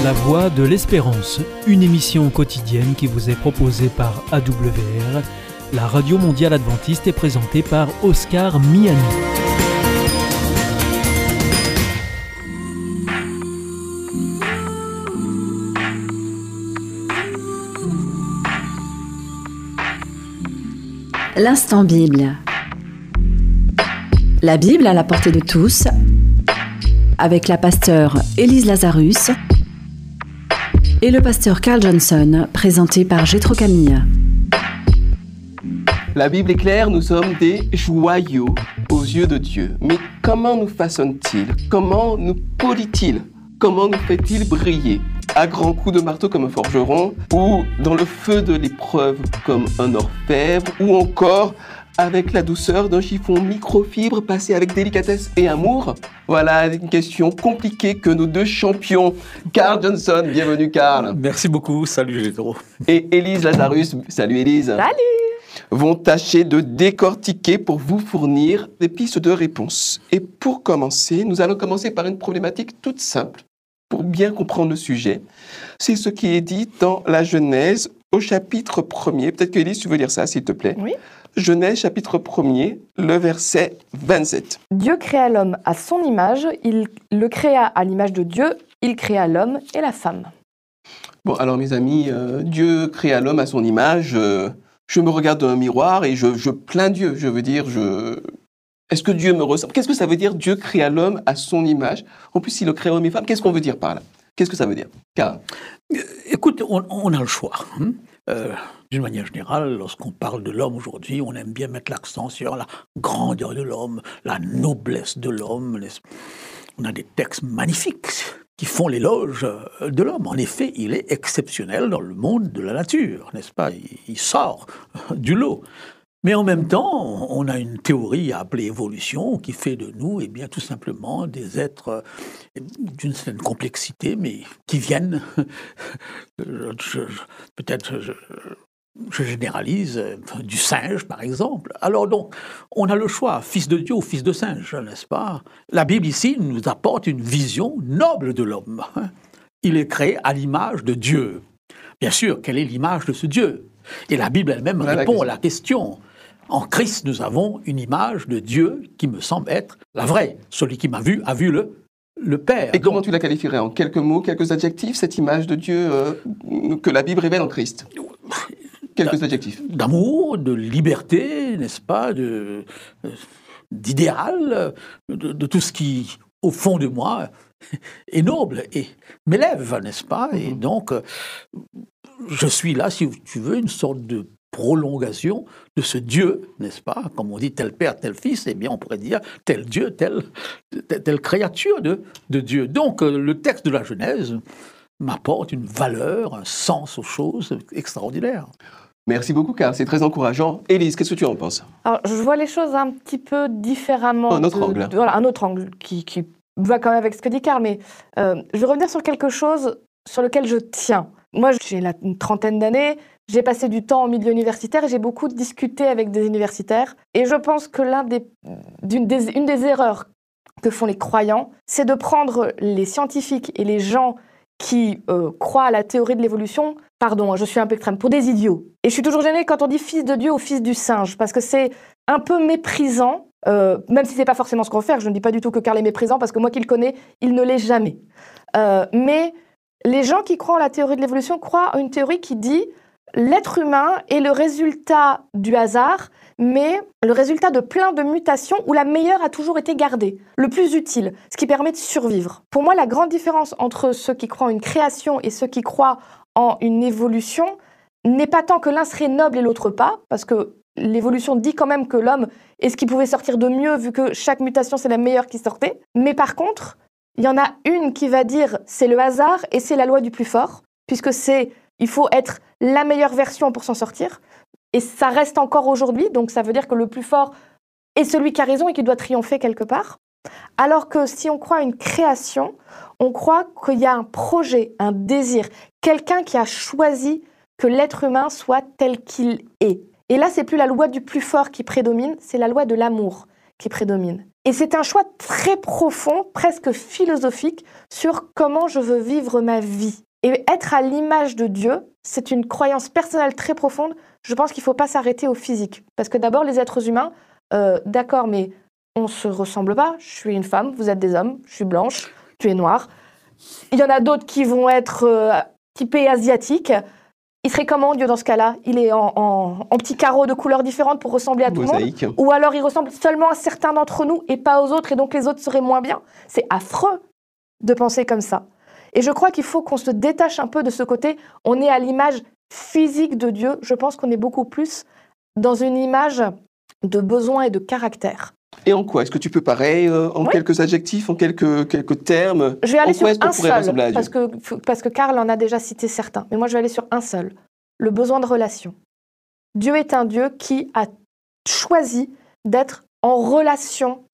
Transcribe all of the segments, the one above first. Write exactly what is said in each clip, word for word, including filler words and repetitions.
La Voix de l'Espérance, une émission quotidienne qui vous est proposée par A W R, la radio mondiale adventiste, et présentée par Oscar Miani. L'instant Bible. La Bible à la portée de tous, avec la pasteure Élise Lazarus et le pasteur Carl Johnson, présenté par Jétro Camille. La Bible est claire, nous sommes des joyaux aux yeux de Dieu. Mais comment nous façonne-t-il? Comment nous polit-il? Comment nous fait-il briller? À grands coups de marteau comme un forgeron, ou dans le feu de l'épreuve comme un orfèvre, ou encore avec la douceur d'un chiffon microfibre passé avec délicatesse et amour? Voilà une question compliquée que nos deux champions, Carl Johnson, bienvenue Carl. Merci beaucoup, salut Jétro. Et Élise Lazarus, salut Élise. Salut. Vont tâcher de décortiquer pour vous fournir des pistes de réponse. Et pour commencer, nous allons commencer par une problématique toute simple pour bien comprendre le sujet. C'est ce qui est dit dans la Genèse au chapitre premier. Peut-être que Élise, tu veux lire ça, s'il te plaît. Oui. Genèse chapitre premier, le verset vingt-sept. Dieu créa l'homme à son image, il le créa à l'image de Dieu, il créa l'homme et la femme. Bon, alors mes amis, euh, Dieu créa l'homme à son image. Euh, je me regarde dans un miroir et je, je plains Dieu. Je veux dire, je... est-ce que Dieu me ressemble? Qu'est-ce que ça veut dire, Dieu créa l'homme à son image? En plus, il le créa homme et femme. Qu'est-ce qu'on veut dire par là? Qu'est-ce que ça veut dire? Car... Écoute, on, on a le choix. Hein euh, D'une manière générale, lorsqu'on parle de l'homme aujourd'hui, on aime bien mettre l'accent sur la grandeur de l'homme, la noblesse de l'homme. On a des textes magnifiques qui font l'éloge de l'homme. En effet, il est exceptionnel dans le monde de la nature, n'est-ce pas? Il, il sort du lot. Mais en même temps, on a une théorie appelée évolution qui fait de nous, eh bien, tout simplement des êtres d'une certaine complexité, mais qui viennent, je, je, peut-être je, je généralise, du singe, par exemple. Alors donc, on a le choix, fils de Dieu ou fils de singe, n'est-ce pas? La Bible ici nous apporte une vision noble de l'homme. Il est créé à l'image de Dieu. Bien sûr, quelle est l'image de ce Dieu? Et la Bible elle-même voilà répond la à la question. En Christ, nous avons une image de Dieu qui me semble être la vraie. Celui qui m'a vu a vu le, le Père. Et comment Donc, tu la qualifierais? En quelques mots, quelques adjectifs, cette image de Dieu euh, que la Bible révèle en Christ? Quelques adjectifs. D'amour, de liberté, n'est-ce pas, de, d'idéal, de, de tout ce qui, au fond de moi, est noble et m'élève, n'est-ce pas? Mm-hmm. Et donc, je suis là, si tu veux, une sorte de prolongation de ce Dieu, n'est-ce pas? Comme on dit tel père, tel fils, eh bien on pourrait dire tel Dieu, telle, telle, telle créature de, de Dieu. Donc le texte de la Genèse m'apporte une valeur, un sens aux choses extraordinaires. Merci beaucoup, Carl, c'est très encourageant. Élise, qu'est-ce que tu en penses? Alors, je vois les choses un petit peu différemment. Un autre de, angle. De, voilà, un autre angle qui, qui va quand même avec ce que dit Carl, mais euh, je vais revenir sur quelque chose sur lequel je tiens. Moi, j'ai la, une trentaine d'années, j'ai passé du temps au milieu universitaire et j'ai beaucoup discuté avec des universitaires. Et je pense que l'un des, d'une des, une des erreurs que font les croyants, c'est de prendre les scientifiques et les gens qui euh, croient à la théorie de l'évolution, pardon, je suis un peu extrême, pour des idiots. Et je suis toujours gênée quand on dit fils de Dieu ou fils du singe, parce que c'est un peu méprisant, euh, même si c'est pas forcément ce qu'on veut faire. Je ne dis pas du tout que Carl est méprisant, parce que moi qui le connais, il ne l'est jamais. Euh, mais les gens qui croient en la théorie de l'évolution croient en une théorie qui dit l'être humain est le résultat du hasard, mais le résultat de plein de mutations où la meilleure a toujours été gardée, le plus utile, ce qui permet de survivre. Pour moi, la grande différence entre ceux qui croient en une création et ceux qui croient en une évolution n'est pas tant que l'un serait noble et l'autre pas, parce que l'évolution dit quand même que l'homme est ce qui pouvait sortir de mieux, vu que chaque mutation, c'est la meilleure qui sortait. Mais par contre, il y en a une qui va dire c'est le hasard et c'est la loi du plus fort, puisque c'est il faut être la meilleure version pour s'en sortir. Et ça reste encore aujourd'hui, donc ça veut dire que le plus fort est celui qui a raison et qui doit triompher quelque part. Alors que si on croit à une création, on croit qu'il y a un projet, un désir, quelqu'un qui a choisi que l'être humain soit tel qu'il est. Et là, c'est plus la loi du plus fort qui prédomine, c'est la loi de l'amour qui prédomine. Et c'est un choix très profond, presque philosophique, sur comment je veux vivre ma vie. Et être à l'image de Dieu, c'est une croyance personnelle très profonde. Je pense qu'il ne faut pas s'arrêter au physique. Parce que d'abord, les êtres humains, euh, d'accord, mais on ne se ressemble pas. Je suis une femme, vous êtes des hommes, je suis blanche, tu es noire. Il y en a d'autres qui vont être euh, typés asiatiques. Il serait comment, Dieu, dans ce cas-là? Il est en, en, en petits carreaux de couleurs différentes pour ressembler à tout Mosaïque. le monde? Ou alors il ressemble seulement à certains d'entre nous et pas aux autres, et donc les autres seraient moins bien? C'est affreux de penser comme ça. Et je crois qu'il faut qu'on se détache un peu de ce côté. On est à l'image physique de Dieu. Je pense qu'on est beaucoup plus dans une image de besoin et de caractère. Et en quoi? Est-ce que tu peux pareil, euh, en oui. quelques adjectifs, en quelques, quelques termes? Je vais aller en sur quoi un seul, parce que, parce que Karl en a déjà cité certains. Mais moi, je vais aller sur un seul. Le besoin de relation. Dieu est un Dieu qui a choisi d'être en relation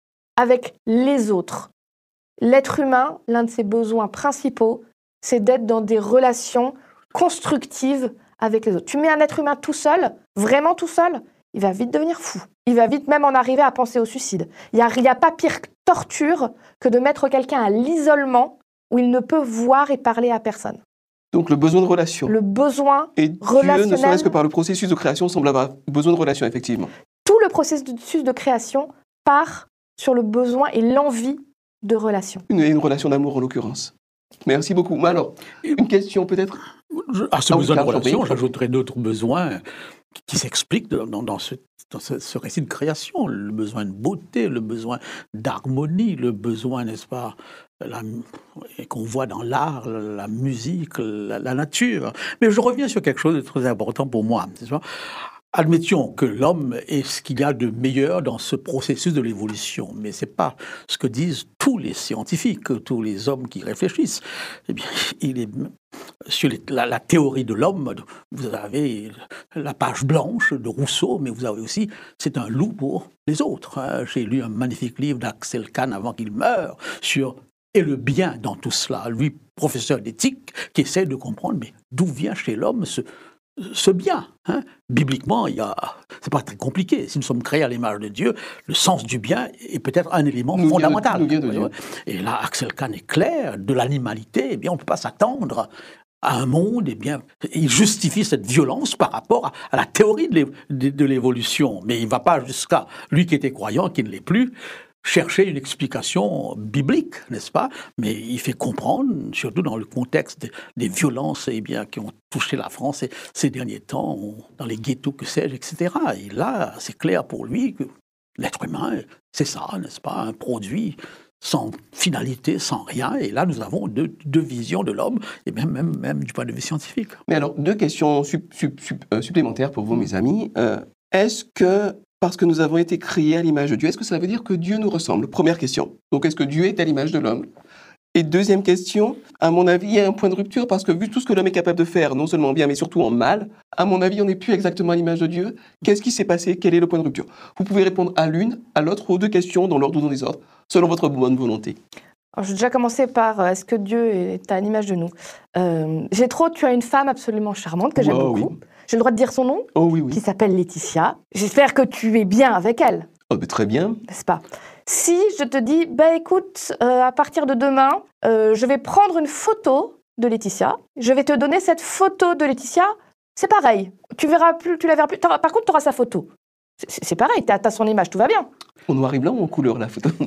avec les autres. L'être humain, l'un de ses besoins principaux, c'est d'être dans des relations constructives avec les autres. Tu mets un être humain tout seul, vraiment tout seul, il va vite devenir fou. Il va vite même en arriver à penser au suicide. Il n'y a, il y a pas pire torture que de mettre quelqu'un à l'isolement où il ne peut voir et parler à personne. Donc le besoin de relation. Le besoin et Dieu, relationnel. ne serait-ce que par le processus de création, semble avoir besoin de relation, effectivement. Tout le processus de création part sur le besoin et l'envie de relation. Une, une relation d'amour, en l'occurrence. Merci beaucoup. Mais alors, une question peut-être? À ce ah, besoin oui, de relation, j'ajouterais d'autres besoins qui s'expliquent dans, dans, ce, dans ce, ce récit de création. Le besoin de beauté, le besoin d'harmonie, le besoin, n'est-ce pas, la, qu'on voit dans l'art, la musique, la, la nature. Mais je reviens sur quelque chose de très important pour moi. C'est ça. Admettions que l'homme est ce qu'il y a de meilleur dans ce processus de l'évolution, mais ce n'est pas ce que disent tous les scientifiques, tous les hommes qui réfléchissent. Eh bien, il est sur les, la, la théorie de l'homme, vous avez la page blanche de Rousseau, mais vous avez aussi, c'est un loup pour les autres. Hein. J'ai lu un magnifique livre d'Axel Kahn avant qu'il meure sur et le bien dans tout cela. Lui, professeur d'éthique, qui essaie de comprendre, mais d'où vient chez l'homme ce ce bien, hein. Bibliquement, il y a, c'est pas très compliqué. Si nous sommes créés à l'image de Dieu, le sens du bien est peut-être un élément nous fondamental. Vient de, nous vient de Et là, Axel Kahn est clair, de l'animalité, eh bien, on ne peut pas s'attendre à un monde, eh bien, il justifie cette violence par rapport à, à la théorie de, de, de l'évolution. Mais il ne va pas jusqu'à, lui qui était croyant, qui ne l'est plus, chercher une explication biblique, n'est-ce pas? Mais il fait comprendre, surtout dans le contexte des, des violences eh bien, qui ont touché la France ces, ces derniers temps, on, dans les ghettos, que sais-je, et cetera. Et là, c'est clair pour lui que l'être humain, c'est ça, n'est-ce pas? Un produit sans finalité, sans rien. Et là, nous avons deux, deux visions de l'homme, et même, même, même du point de vue scientifique. Mais alors, deux questions sup, sup, sup, euh, supplémentaires pour vous, mes amis. Euh, est-ce que parce que nous avons été créés à l'image de Dieu, est-ce que ça veut dire que Dieu nous ressemble? Première question. Donc, est-ce que Dieu est à l'image de l'homme? Et deuxième question, à mon avis, il y a un point de rupture parce que vu tout ce que l'homme est capable de faire, non seulement bien, mais surtout en mal, à mon avis, on n'est plus exactement à l'image de Dieu. Qu'est-ce qui s'est passé? Quel est le point de rupture? Vous pouvez répondre à l'une, à l'autre, aux deux questions, dans l'ordre ou dans les ordres, selon votre bonne volonté. Alors, je vais déjà commencer par euh, est-ce que Dieu est à l'image de nous? euh, Gétro, tu as une femme absolument charmante que j'aime oh, beaucoup. Oui. J'ai le droit de dire son nom? Oh oui, oui. Qui s'appelle Laetitia. J'espère que tu es bien avec elle. Oh, ben, très bien. N'est-ce pas? Si je te dis, bah, écoute, euh, à partir de demain, euh, je vais prendre une photo de Laetitia, je vais te donner cette photo de Laetitia, c'est pareil. Tu verras plus, tu la verras plus. Par contre, tu auras sa photo. C'est, c'est pareil, tu as son image, tout va bien. En noir et blanc ou en couleur, la photo?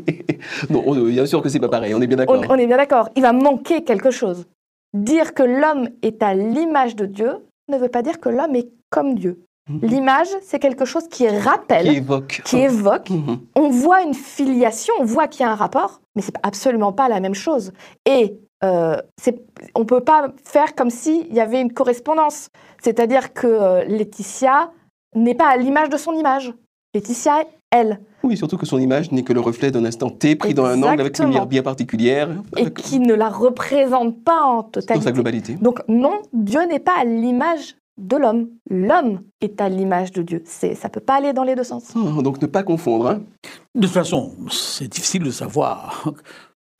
Non, on, bien sûr que c'est pas pareil, on est bien d'accord. On, on est bien d'accord. Il va manquer quelque chose. Dire que l'homme est à l'image de Dieu ne veut pas dire que l'homme est comme Dieu. Mmh. L'image, c'est quelque chose qui rappelle, qui évoque. Qui évoque. Mmh. On voit une filiation, on voit qu'il y a un rapport, mais c'est absolument pas la même chose. Et euh, c'est, on ne peut pas faire comme s'il y avait une correspondance. C'est-à-dire que euh, Laetitia n'est pas à l'image de son image. Laetitia, elle. Oui, surtout que son image n'est que le reflet d'un instant T pris Exactement. Dans un angle avec une lumière bien particulière. Et qui ne la représente pas en totalité. Dans sa globalité. Donc non, Dieu n'est pas à l'image de l'homme. L'homme est à l'image de Dieu. C'est, ça ne peut pas aller dans les deux sens. Oh, donc ne pas confondre. Hein. De toute façon, c'est difficile de savoir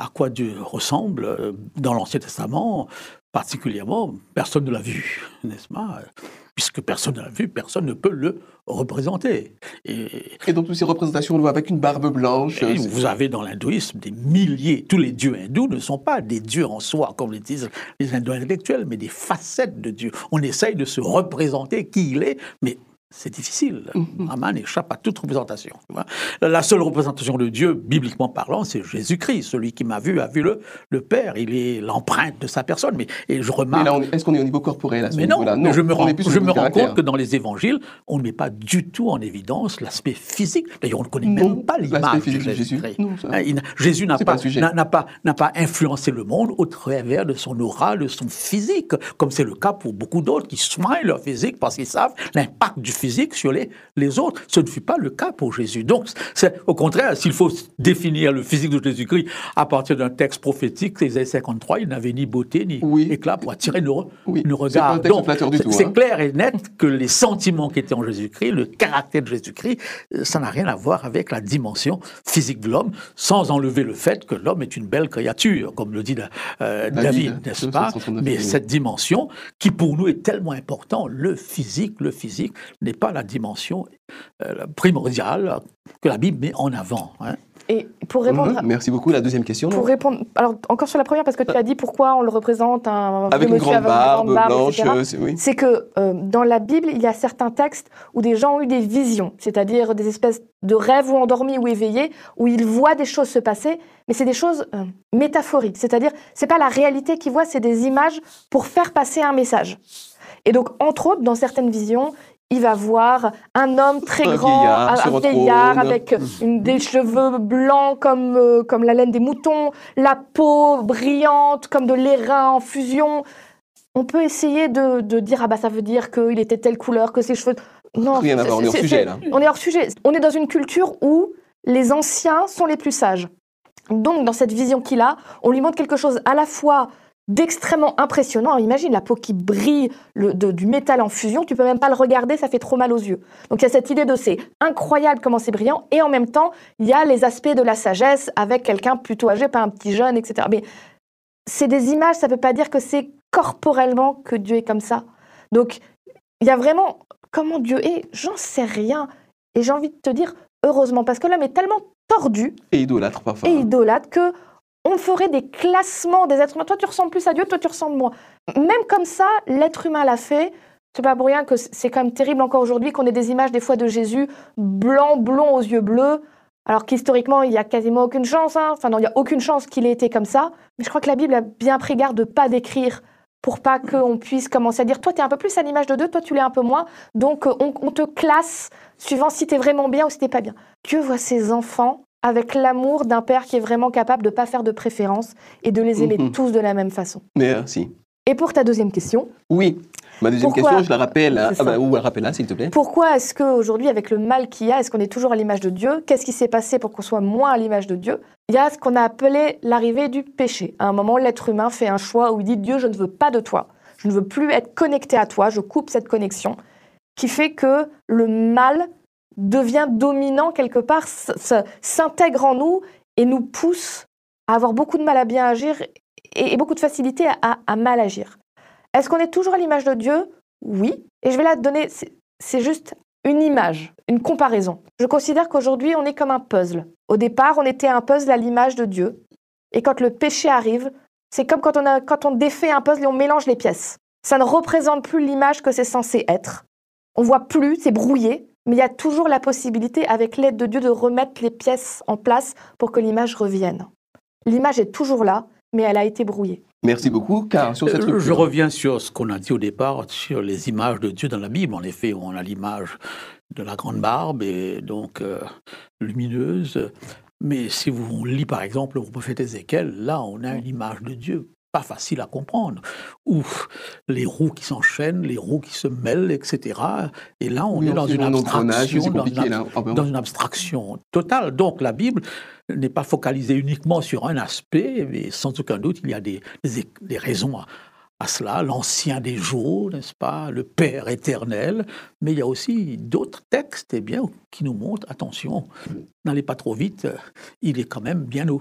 à quoi Dieu ressemble dans l'Ancien Testament, particulièrement, personne ne l'a vu, n'est-ce pas ? Puisque personne ne l'a vu, personne ne peut le représenter. Et, et donc, toutes ces représentations, on le voit avec une barbe blanche. Et vous avez dans l'hindouisme des milliers, tous les dieux hindous ne sont pas des dieux en soi, comme le disent les hindous intellectuels, mais des facettes de Dieu. On essaye de se représenter qui il est, mais c'est difficile. Mm-hmm. Brahman échappe à toute représentation. La seule représentation de Dieu, bibliquement parlant, c'est Jésus-Christ. Celui qui m'a vu a vu le, le Père. Il est l'empreinte de sa personne. Mais, et je remarque... Mais là, on est, est-ce qu'on est au niveau corporel à ce mais non, niveau-là? Non, mais je me rends, je me rends caractère. compte que dans les évangiles, on ne met pas du tout en évidence l'aspect physique. D'ailleurs, on ne connaît non, même pas l'image de Jésus-Christ. Non, il, Jésus n'a pas, pas, n'a, n'a, pas, n'a pas influencé le monde au travers de son aura, de son physique, comme c'est le cas pour beaucoup d'autres qui soignent leur physique parce qu'ils savent l'impact du physique sur les les autres. Ce ne fut pas le cas pour Jésus. Donc, c'est, au contraire, s'il faut définir le physique de Jésus-Christ à partir d'un texte prophétique, Ésaïe cinquante-trois, il n'avait ni beauté ni oui. éclat pour attirer nos, oui. nos regards. C'est pas un texte flatteur du c'est, tout. C'est hein. clair et net que les sentiments qui étaient en Jésus-Christ, le caractère de Jésus-Christ, ça n'a rien à voir avec la dimension physique de l'homme, sans enlever le fait que l'homme est une belle créature, comme le dit euh, David, David, n'est-ce pas ? Mais cette dimension, qui pour nous est tellement importante, le physique, le physique n'est pas la dimension Euh, primordiale que la Bible met en avant. Hein. Et pour répondre... Mmh, merci beaucoup. La deuxième question. Pour répondre, alors encore sur la première, parce que tu as dit pourquoi on le représente un avec une grande barbe, une grande barbe blanche. Euh, c'est, oui. c'est que euh, dans la Bible, il y a certains textes où des gens ont eu des visions, c'est-à-dire des espèces de rêves ou endormis ou éveillés, où ils voient des choses se passer, mais c'est des choses euh, métaphoriques, c'est-à-dire c'est pas la réalité qu'ils voient, c'est des images pour faire passer un message. Et donc, entre autres, dans certaines visions, il va voir un homme très un grand, vieillard, un vieillard avec une, des cheveux blancs comme, euh, comme la laine des moutons, la peau brillante comme de l'airain en fusion. On peut essayer de, de dire, ah bah ça veut dire qu'il était telle couleur, que ses cheveux... Non, rien à voir, on est hors sujet là. On est hors sujet. On est dans une culture où les anciens sont les plus sages. Donc dans cette vision qu'il a, on lui montre quelque chose à la fois d'extrêmement impressionnant. Alors, imagine la peau qui brille, le, de, du métal en fusion, tu peux même pas le regarder, ça fait trop mal aux yeux. Donc il y a cette idée de c'est incroyable comment c'est brillant, et en même temps, il y a les aspects de la sagesse avec quelqu'un plutôt âgé, pas un petit jeune, et cetera. Mais c'est des images, ça veut pas dire que c'est corporellement que Dieu est comme ça. Donc il y a vraiment, comment Dieu est, j'en sais rien. Et j'ai envie de te dire, heureusement, parce que l'homme est tellement tordu, et idolâtre parfois. Et idolâtre que on ferait des classements des êtres humains. Toi, tu ressembles plus à Dieu, toi, tu ressembles moins. Même comme ça, l'être humain l'a fait. C'est pas pour rien que c'est quand même terrible encore aujourd'hui qu'on ait des images des fois de Jésus blanc, blond aux yeux bleus, alors qu'historiquement, il n'y a quasiment aucune chance. Hein. Enfin, non, il n'y a aucune chance qu'il ait été comme ça. Mais je crois que la Bible a bien pris garde de ne pas décrire pour pas qu'on puisse commencer à dire « Toi, tu es un peu plus à l'image de Dieu, toi, tu l'es un peu moins. » Donc, on, on te classe suivant si tu es vraiment bien ou si tu n'es pas bien. Dieu voit ses enfants avec l'amour d'un père qui est vraiment capable de ne pas faire de préférence et de les aimer mmh. tous de la même façon. Merci. Et pour ta deuxième question. Oui, ma deuxième pourquoi, question, je la rappelle. Hein, ah bah, ou rappelle-la, s'il te plaît. Pourquoi est-ce qu'aujourd'hui, avec le mal qu'il y a, est-ce qu'on est toujours à l'image de Dieu ? Qu'est-ce qui s'est passé pour qu'on soit moins à l'image de Dieu ? Il y a ce qu'on a appelé l'arrivée du péché. À un moment, l'être humain fait un choix où il dit « Dieu, je ne veux pas de toi. Je ne veux plus être connecté à toi. Je coupe cette connexion. » Qui fait que le mal devient dominant quelque part, s'intègre en nous et nous pousse à avoir beaucoup de mal à bien agir et beaucoup de facilité à, à mal agir. Est-ce qu'on est toujours à l'image de Dieu ? Oui. Et je vais la donner, c'est, c'est juste une image, une comparaison. Je considère qu'aujourd'hui, on est comme un puzzle. Au départ, on était un puzzle à l'image de Dieu. Et quand le péché arrive, c'est comme quand on, a, quand on défait un puzzle et on mélange les pièces. Ça ne représente plus l'image que c'est censé être. On voit plus, c'est brouillé. Mais il y a toujours la possibilité, avec l'aide de Dieu, de remettre les pièces en place pour que l'image revienne. L'image est toujours là, mais elle a été brouillée. Merci beaucoup, car sur cette structure... Je reviens sur ce qu'on a dit au départ, sur les images de Dieu dans la Bible. En effet, on a l'image de la grande barbe, et donc euh, lumineuse. Mais si vous lisez par exemple le prophète Ézéchiel, là, on a une image de Dieu pas facile à comprendre, où les roues qui s'enchaînent, les roues qui se mêlent, et cetera. Et là, on oui, est dans une abstraction, dans une, ab- oh, ben dans une abstraction totale. Donc, la Bible n'est pas focalisée uniquement sur un aspect, mais sans aucun doute, il y a des, des, des raisons à, à cela. L'ancien des jours, n'est-ce pas, le Père éternel, mais il y a aussi d'autres textes, eh bien, qui nous montrent, attention, n'allez pas trop vite, il est quand même bien au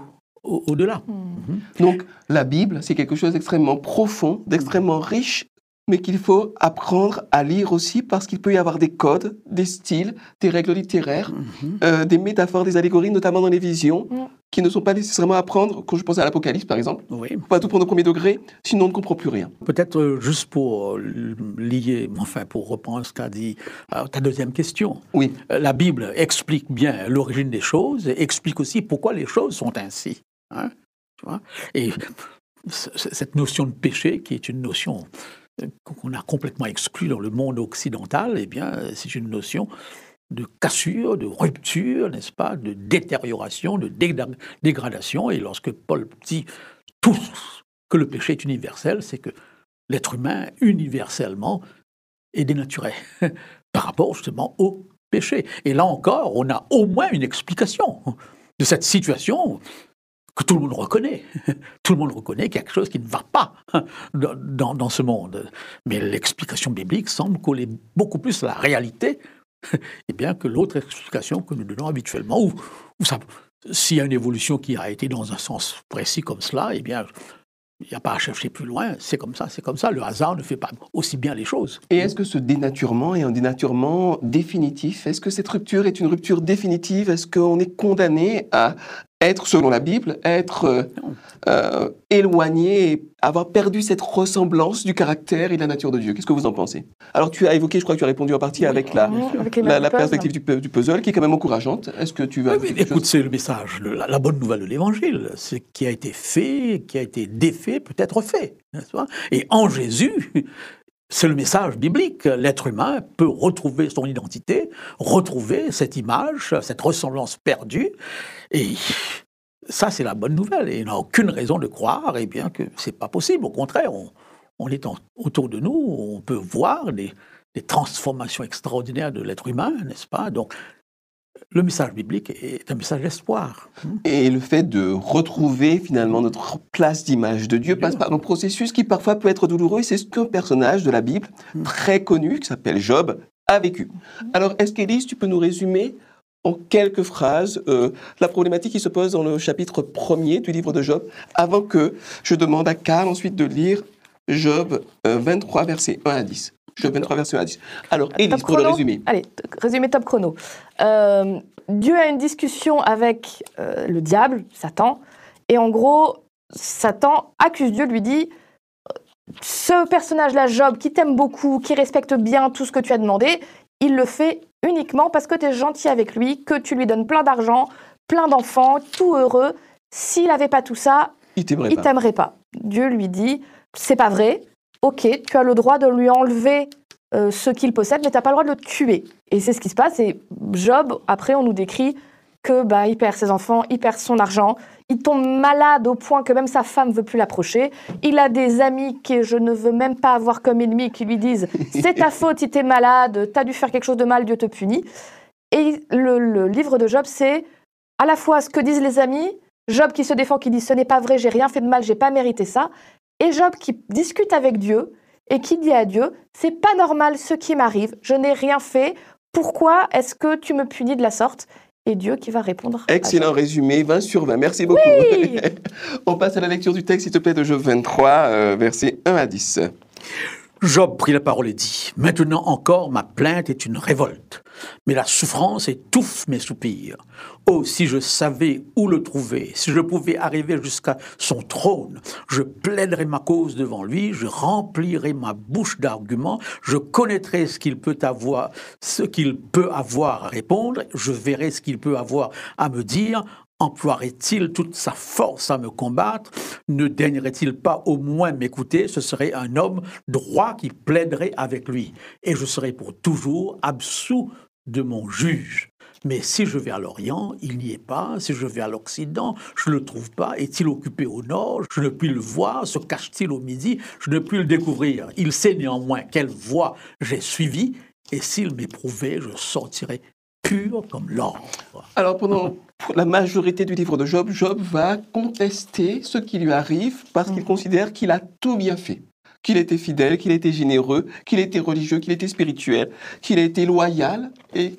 au- au-delà. Hmm. Donc, la Bible, c'est quelque chose d'extrêmement profond, d'extrêmement riche, mais qu'il faut apprendre à lire aussi parce qu'il peut y avoir des codes, des styles, des règles littéraires, Mhm. euh, des métaphores, des allégories, notamment dans les visions, Mm. qui ne sont pas nécessairement à prendre, quand je pense à l'Apocalypse par exemple. Oui. Il ne faut pas tout prendre au premier degré, sinon on ne comprend plus rien. Peut-être euh, juste pour euh, lier, enfin pour reprendre ce qu'a dit euh, ta deuxième question. Oui, Euh, La Bible explique bien l'origine des choses et explique aussi pourquoi les choses sont ainsi. Hein, tu vois. Et c- c- cette notion de péché, qui est une notion euh, qu'on a complètement exclue dans le monde occidental, eh bien, c'est une notion de cassure, de rupture, n'est-ce pas, de détérioration, de dé- dégradation. Et lorsque Paul dit tout que le péché est universel, c'est que l'être humain, universellement, est dénaturé par rapport justement au péché. Et là encore, on a au moins une explication de cette situation que tout le monde reconnaît. Tout le monde reconnaît qu'il y a quelque chose qui ne va pas dans, dans- dans ce monde. Mais l'explication biblique semble coller beaucoup plus à la réalité eh bien, que l'autre explication que nous donnons habituellement. Ou, ou ça, s'il y a une évolution qui a été dans un sens précis comme cela, eh bien, il n'y a pas à chercher plus loin. C'est comme ça, c'est comme ça. Le hasard ne fait pas aussi bien les choses. et est-ce que ce dénaturement est un dénaturement définitif? Est-ce que cette rupture est une rupture définitive? Est-ce qu'on est condamné à être, selon la Bible, être euh, euh, éloigné et avoir perdu cette ressemblance du caractère et de la nature de Dieu? Qu'est-ce que vous en pensez? Alors tu as évoqué, je crois que tu as répondu en partie avec la, Mmh, avec les la, la mêmes puzzles. perspective du, pu- du puzzle, qui est quand même encourageante. Est-ce que tu vas... Oui, oui, écoute, c'est le message, le- la, la bonne nouvelle de l'Évangile. Ce qui a été fait, qui a été défait, peut être fait. N'est-ce pas? Et en Jésus, c'est le message biblique. L'être humain peut retrouver son identité, retrouver cette image, cette ressemblance perdue. Et ça, c'est la bonne nouvelle. Et on n'a aucune raison de croire eh bien, que ce n'est pas possible. Au contraire, on, on est en- autour de nous, on peut voir des, des transformations extraordinaires de l'être humain, n'est-ce pas? Donc, le message biblique est un message d'espoir. Et le fait de retrouver finalement notre place d'image de Dieu passe par un processus qui parfois peut être douloureux. Et c'est ce qu'un personnage de la Bible très connu, qui s'appelle Job, a vécu. Alors, est-ce qu'Élise, tu peux nous résumer en quelques phrases euh, la problématique qui se pose dans le chapitre premier du livre de Job, avant que je demande à Karl ensuite de lire Job euh, vingt-trois, versets un à dix. Job vingt-trois, verset un à dix. Alors, Élise, Top pour le chrono. résumer. Allez, t- résumé top chrono. Euh, Dieu a une discussion avec euh, le diable, Satan, et en gros, Satan accuse Dieu, lui dit euh, ce personnage-là, Job, qui t'aime beaucoup, qui respecte bien tout ce que tu as demandé, il le fait uniquement parce que tu es gentil avec lui, que tu lui donnes plein d'argent, plein d'enfants, tout heureux. S'il n'avait pas tout ça, Il t'aimerait il pas. t'aimerait pas. Dieu lui dit, c'est pas vrai, ok, tu as le droit de lui enlever euh, ce qu'il possède, mais tu n'as pas le droit de le tuer. Et c'est ce qui se passe, et Job, après, on nous décrit que bah, il perd ses enfants, il perd son argent, il tombe malade au point que même sa femme ne veut plus l'approcher, il a des amis que je ne veux même pas avoir comme ennemis qui lui disent « c'est ta faute si tu es malade, tu as dû faire quelque chose de mal, Dieu te punit ». Et le, le livre de Job, c'est à la fois ce que disent les amis, Job qui se défend, qui dit « ce n'est pas vrai, j'ai rien fait de mal, j'ai pas mérité ça », et Job qui discute avec Dieu et qui dit à Dieu « c'est pas normal ce qui m'arrive, je n'ai rien fait, pourquoi est-ce que tu me punis de la sorte ?» Et Dieu qui va répondre. Excellent résumé, vingt sur vingt. Merci beaucoup. Oui. On passe à la lecture du texte, s'il te plaît, de Job vingt-trois, euh, versets un à dix. Job prit la parole et dit « Maintenant encore, ma plainte est une révolte, mais la souffrance étouffe mes soupirs. Oh, si je savais où le trouver, si je pouvais arriver jusqu'à son trône, je plaiderais ma cause devant lui, je remplirais ma bouche d'arguments, je connaîtrais ce qu'il peut avoir, ce qu'il peut avoir à répondre, je verrais ce qu'il peut avoir à me dire. Emploierait-il toute sa force à me combattre? Ne daignerait-il pas au moins m'écouter? Ce serait un homme droit qui plaiderait avec lui, et je serais pour toujours absous de mon juge. Mais si je vais à l'Orient, il n'y est pas. Si je vais à l'Occident, je ne le trouve pas. Est-il occupé au Nord? Je ne puis le voir. Se cache-t-il au Midi? Je ne puis le découvrir. Il sait néanmoins quelle voie j'ai suivie, et s'il m'éprouvait, je sortirais pur comme l'or. Alors, pendant pour la majorité du livre de Job, Job va contester ce qui lui arrive parce qu'il considère qu'il a tout bien fait. Qu'il était fidèle, qu'il était généreux, qu'il était religieux, qu'il était spirituel, qu'il a été loyal. Et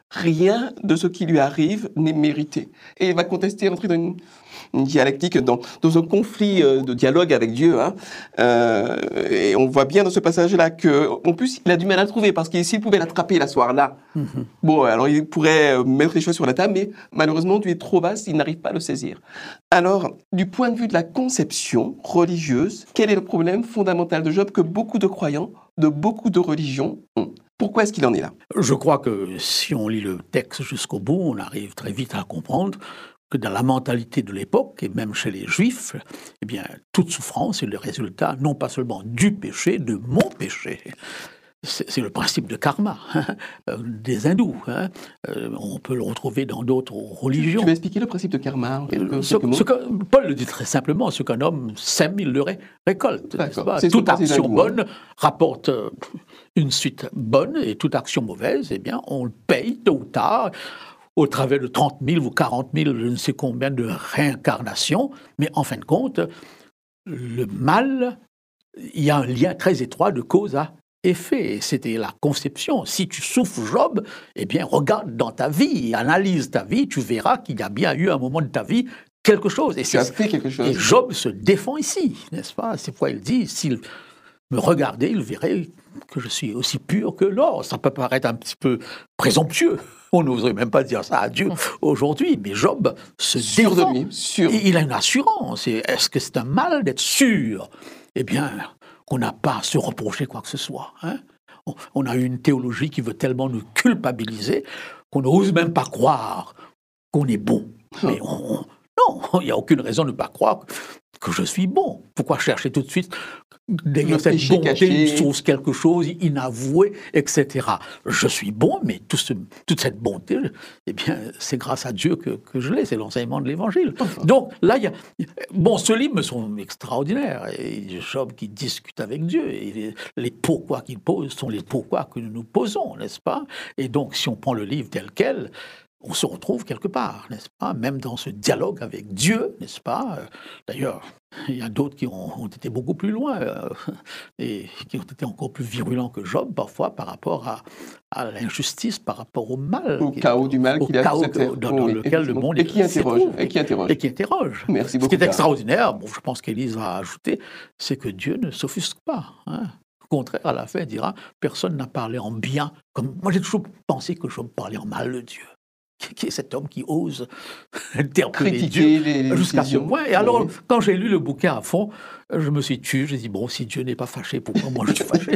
rien de ce qui lui arrive n'est mérité. Et il va contester, entrer dans une, une dialectique, dans, dans un conflit euh, de dialogue avec Dieu. Hein. Euh, et on voit bien dans ce passage-là qu'en plus, il a du mal à le trouver, parce que s'il pouvait l'attraper la soirée-là, mm-hmm. bon, alors il pourrait mettre les choses sur la table, mais malheureusement, Dieu est trop vaste, il n'arrive pas à le saisir. Alors, du point de vue de la conception religieuse, quel est le problème fondamental de Job que beaucoup de croyants, de beaucoup de religions ont? Pourquoi est-ce qu'il en est là? Je crois que si on lit le texte jusqu'au bout, on arrive très vite à comprendre que dans la mentalité de l'époque, et même chez les Juifs, eh bien, toute souffrance est le résultat non pas seulement du péché, de mon péché. C'est, c'est le principe de karma hein, des hindous. Hein. Euh, on peut le retrouver dans d'autres religions. Tu vas expliquer le principe de karma en quelques, ce, quelques mots. Ce que, Paul le dit très simplement, ce qu'un homme sème, il le ré- récolte. C'est toute action hindous, bonne hein. rapporte une suite bonne, et toute action mauvaise, eh bien, on le paye tôt ou tard, au travers de trente mille ou quarante mille, je ne sais combien de réincarnations. Mais en fin de compte, le mal, il y a un lien très étroit de cause à effet. C'était la conception. Si tu souffres, Job, eh bien, regarde dans ta vie, analyse ta vie, tu verras qu'il y a bien eu un moment de ta vie quelque chose. Et, tu as fait quelque chose. Et Job se défend ici, n'est-ce pas? C'est pourquoi il dit, s'il me regardait, il verrait que je suis aussi pur que l'or. Ça peut paraître un petit peu présomptueux. On n'oserait même pas dire ça à Dieu aujourd'hui, mais Job se sûr défend. De lui, sûr. Et il a une assurance. Et est-ce que c'est un mal d'être sûr? Eh bien, on n'a pas à se reprocher quoi que ce soit. Hein. On, on a une théologie qui veut tellement nous culpabiliser qu'on n'ose même pas croire qu'on est bon. Mais on, on, non, il n'y a aucune raison de ne pas croire que je suis bon. Pourquoi chercher tout de suite derrière cette bonté, caché. Une source, quelque chose inavoué, et cetera. Je suis bon, mais tout ce, toute cette bonté, eh bien, c'est grâce à Dieu que, que je l'ai. C'est l'enseignement de l'Évangile. Enfin. Donc là, il y a bon, ce livre me semble extraordinaire. Et Job qui discute avec Dieu, et les, les pourquoi qu'il pose sont les pourquoi que nous nous posons, n'est-ce pas? Et donc, si on prend le livre tel quel, on se retrouve quelque part, n'est-ce pas? Même dans ce dialogue avec Dieu, n'est-ce pas? D'ailleurs, il y a d'autres qui ont, ont été beaucoup plus loin euh, et qui ont été encore plus virulents que Job, parfois, par rapport à, à l'injustice, par rapport au mal. Au chaos du mal qu'il a chaos que, dans, dans oui, lequel le monde et qui interroge, trouve, et qui interroge. Et qui interroge. Merci beaucoup. Ce qui est extraordinaire, bon, je pense qu'Élise va ajouter, c'est que Dieu ne s'offusque pas. Hein. Au contraire, à la fin, il dira, personne n'a parlé en bien. Comme... Moi, j'ai toujours pensé que Job parlait en mal de Dieu. Qui est cet homme qui ose interpréter Dieu les, jusqu'à ce point. Et alors, oui. Quand j'ai lu le bouquin à fond, je me suis tué, j'ai dit, bon, si Dieu n'est pas fâché, pourquoi moi je suis fâché?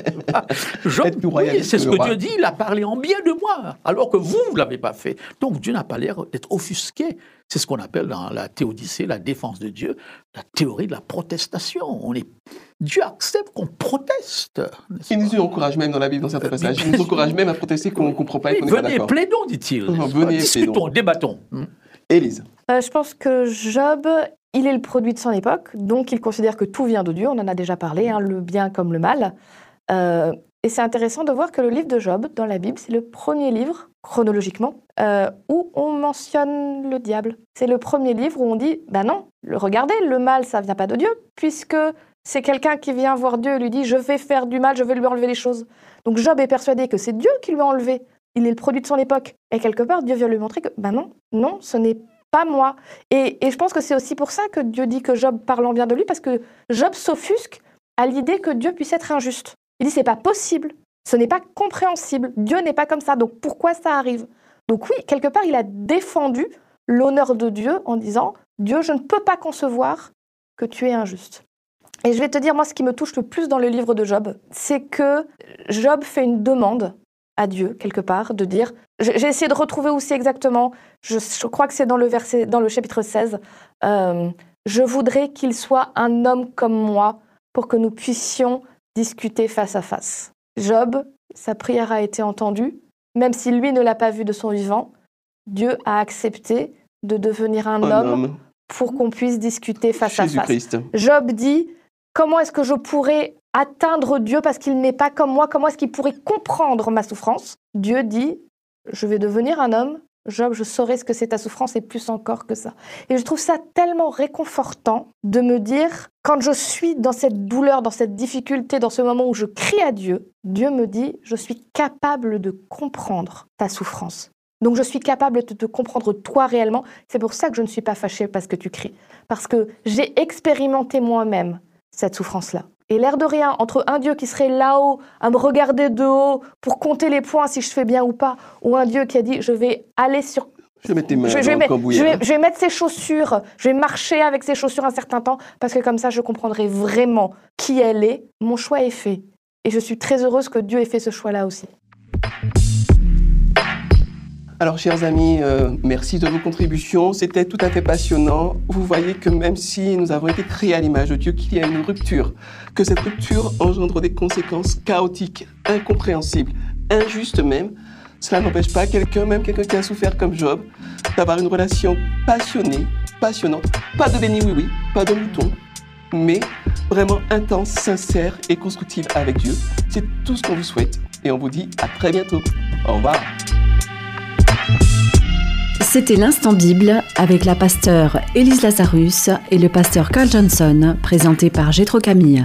Job, oui, c'est ce que Dieu dit, il a parlé en bien de moi, alors que vous, vous ne l'avez pas fait. Donc Dieu n'a pas l'air d'être offusqué. C'est ce qu'on appelle dans la théodicée, la défense de Dieu, la théorie de la protestation. On est... Dieu accepte qu'on proteste. Il nous encourage même dans la Bible, dans certains passages. Il nous encourage même à protester qu'on ne comprend pas et qu'on n'est pas d'accord. Venez, plaidons, dit-il. Venez, discutons, plaidons. Débattons. Élise. Euh, je pense que Job, il est le produit de son époque, donc il considère que tout vient de Dieu. On en a déjà parlé, hein, le bien comme le mal. Euh, et c'est intéressant de voir que le livre de Job, dans la Bible, c'est le premier livre, chronologiquement, euh, où on mentionne le diable. C'est le premier livre où on dit, ben non, le, regardez, le mal, ça ne vient pas de Dieu, puisque c'est quelqu'un qui vient voir Dieu et lui dit « je vais faire du mal, je vais lui enlever les choses ». Donc Job est persuadé que c'est Dieu qui lui a enlevé. Il est le produit de son époque. Et quelque part, Dieu vient lui montrer que « ben non, non, ce n'est pas moi ». Et, et je pense que c'est aussi pour ça que Dieu dit que Job parle en bien de lui, parce que Job s'offusque à l'idée que Dieu puisse être injuste. Il dit « c'est pas possible, ce n'est pas compréhensible, Dieu n'est pas comme ça, donc pourquoi ça arrive ?» Donc oui, quelque part, il a défendu l'honneur de Dieu en disant « Dieu, je ne peux pas concevoir que tu es injuste ». Et je vais te dire, moi, ce qui me touche le plus dans le livre de Job, c'est que Job fait une demande à Dieu, quelque part, de dire... J'ai essayé de retrouver où c'est exactement, je, je crois que c'est dans le, verset, dans le chapitre seize, euh, « Je voudrais qu'il soit un homme comme moi pour que nous puissions discuter face à face. » Job, sa prière a été entendue, même si lui ne l'a pas vu de son vivant, Dieu a accepté de devenir un, un homme, homme pour qu'on puisse discuter face à face. Job dit... Comment est-ce que je pourrais atteindre Dieu parce qu'il n'est pas comme moi? Comment est-ce qu'il pourrait comprendre ma souffrance? Dieu dit, je vais devenir un homme Job, je saurai ce que c'est ta souffrance et plus encore que ça. Et je trouve ça tellement réconfortant de me dire, quand je suis dans cette douleur, dans cette difficulté, dans ce moment où je crie à Dieu, Dieu me dit, je suis capable de comprendre ta souffrance. Donc je suis capable de te comprendre toi réellement. C'est pour ça que je ne suis pas fâchée parce que tu cries. Parce que j'ai expérimenté moi-même cette souffrance-là. Et l'air de rien, entre un Dieu qui serait là-haut, à me regarder de haut, pour compter les points si je fais bien ou pas, ou un Dieu qui a dit, je vais aller sur... Je vais mettre tes mains je, dans je vais le mettre, cambouis. je vais, hein. je vais mettre ses chaussures, je vais marcher avec ses chaussures un certain temps, parce que comme ça, je comprendrai vraiment qui elle est. Mon choix est fait. Et je suis très heureuse que Dieu ait fait ce choix-là aussi. Alors, chers amis, euh, merci de vos contributions. C'était tout à fait passionnant. Vous voyez que même si nous avons été créés à l'image de Dieu, qu'il y a une rupture, que cette rupture engendre des conséquences chaotiques, incompréhensibles, injustes même, cela n'empêche pas quelqu'un, même quelqu'un qui a souffert comme Job, d'avoir une relation passionnée, passionnante, pas de béni oui-oui, pas de mouton, mais vraiment intense, sincère et constructive avec Dieu. C'est tout ce qu'on vous souhaite et on vous dit à très bientôt. Au revoir. C'était l'Instant Bible avec la pasteure Élise Lazarus et le pasteur Carl Johnson, présenté par Jétro Camille.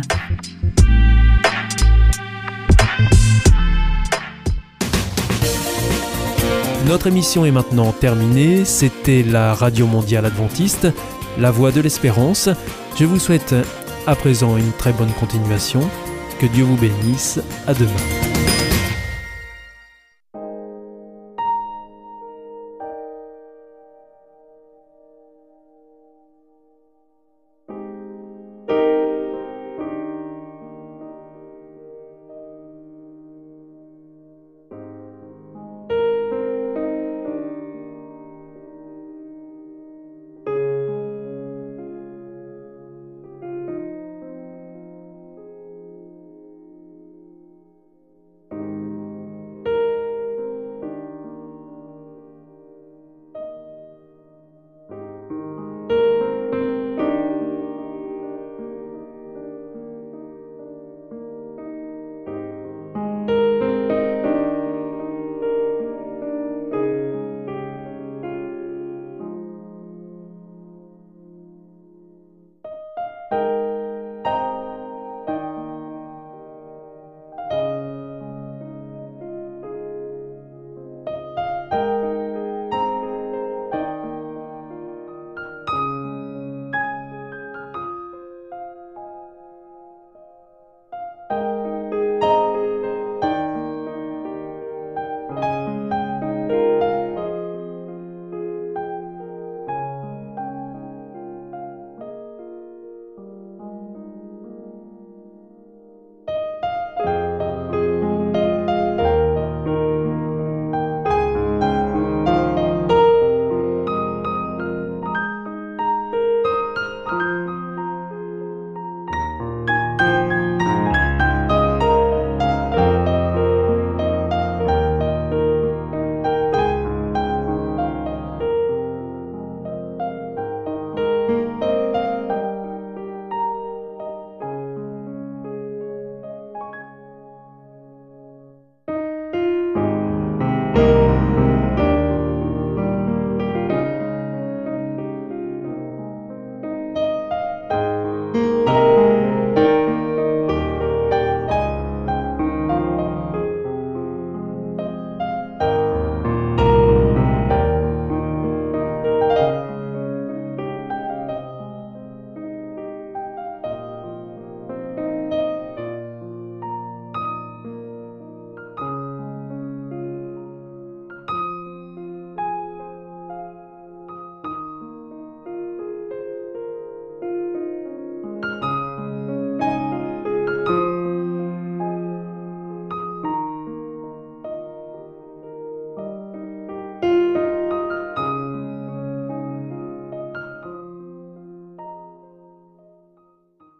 Notre émission est maintenant terminée. C'était la Radio Mondiale Adventiste, la voix de l'espérance. Je vous souhaite à présent une très bonne continuation. Que Dieu vous bénisse. À demain.